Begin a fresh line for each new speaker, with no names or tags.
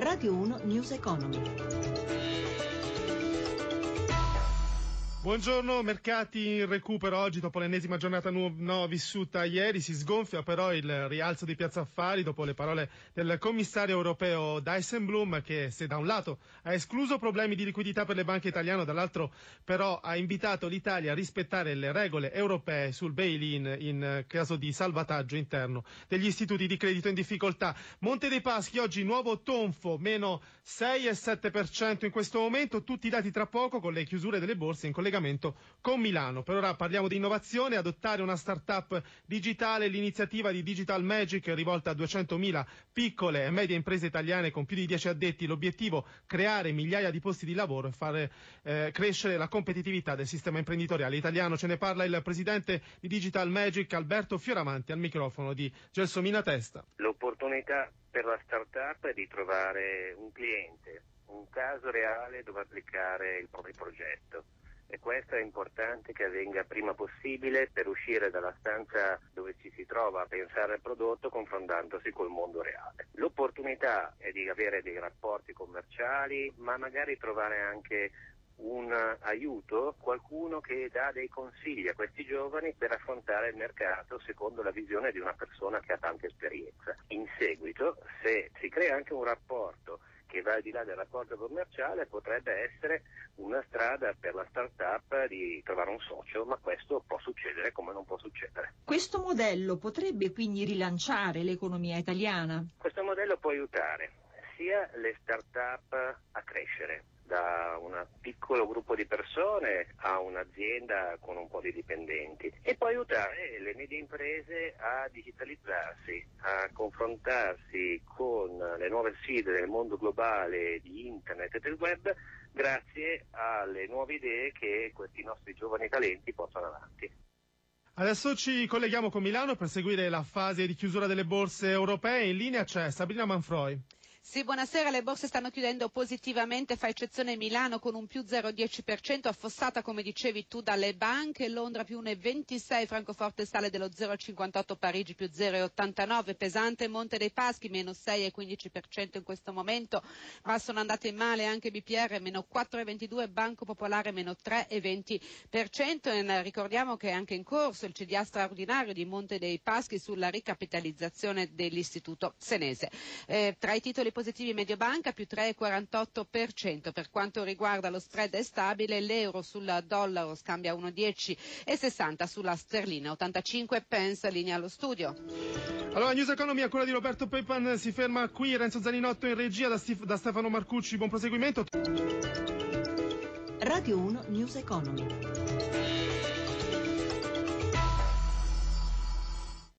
Radio 1 News Economy.
Buongiorno, mercati in recupero oggi dopo l'ennesima giornata vissuta ieri. Si sgonfia però il rialzo di Piazza Affari dopo le parole del commissario europeo Dijsselbloem, che se da un lato ha escluso problemi di liquidità per le banche italiane, dall'altro però ha invitato l'Italia a rispettare le regole europee sul bail-in in caso di salvataggio interno degli istituti di credito in difficoltà. Monte dei Paschi oggi nuovo tonfo, meno 6,7% in questo momento, tutti i dati tra poco con le chiusure delle borse in collegamento con Milano. Per ora parliamo di innovazione, adottare una startup digitale, l'iniziativa di Digital Magic rivolta a 200.000 piccole e medie imprese italiane con più di 10 addetti, l'obiettivo creare migliaia di posti di lavoro e fare crescere la competitività del sistema imprenditoriale italiano. Ce ne parla il presidente di Digital Magic, Alberto Fioravanti, al microfono di Gelsomina Testa.
L'opportunità per la startup è di trovare un cliente, un caso reale dove applicare il proprio progetto. E questo è importante che avvenga prima possibile per uscire dalla stanza dove ci si trova a pensare al prodotto confrontandosi col mondo reale. L'opportunità è di avere dei rapporti commerciali, ma magari trovare anche un aiuto, qualcuno che dà dei consigli a questi giovani per affrontare il mercato secondo la visione di una persona che ha tanta esperienza. In seguito, se si crea anche un rapporto che va al di là del rapporto commerciale, potrebbe essere una strada per la startup di trovare un socio, ma questo può succedere come non può succedere.
Questo modello potrebbe quindi rilanciare l'economia italiana?
Questo modello può aiutare sia le startup a crescere, da un piccolo gruppo di persone a un'azienda con un po' di dipendenti, e può aiutare le medie imprese a digitalizzarsi, a confrontarsi con le nuove sfide del mondo globale di internet e del web grazie alle nuove idee che questi nostri giovani talenti portano avanti.
Adesso ci colleghiamo con Milano per seguire la fase di chiusura delle borse europee. In linea c'è Sabrina Manfroi.
Sì, buonasera. Le borse stanno chiudendo positivamente, fa eccezione Milano con un più 0,10%, affossata come dicevi tu dalle banche, Londra più 1,26%, Francoforte sale dello 0,58%, Parigi più 0,89%, pesante Monte dei Paschi meno 6,15% in questo momento, ma sono andate male anche BPR meno 4,22%, Banco Popolare meno 3,20%. E ricordiamo che è anche in corso il CDA straordinario di Monte dei Paschi sulla ricapitalizzazione dell'istituto senese. Tra i titoli positivi Mediobanca più 3,48%. Per quanto riguarda lo spread è stabile, l'euro sul dollaro scambia 1,10,60 sulla sterlina 85 pence. Linea allo studio.
Allora, News Economy a cura di Roberto Pepan si ferma qui. Renzo Zaninotto in regia, da Stefano Marcucci. Buon proseguimento.
Radio 1 News Economy.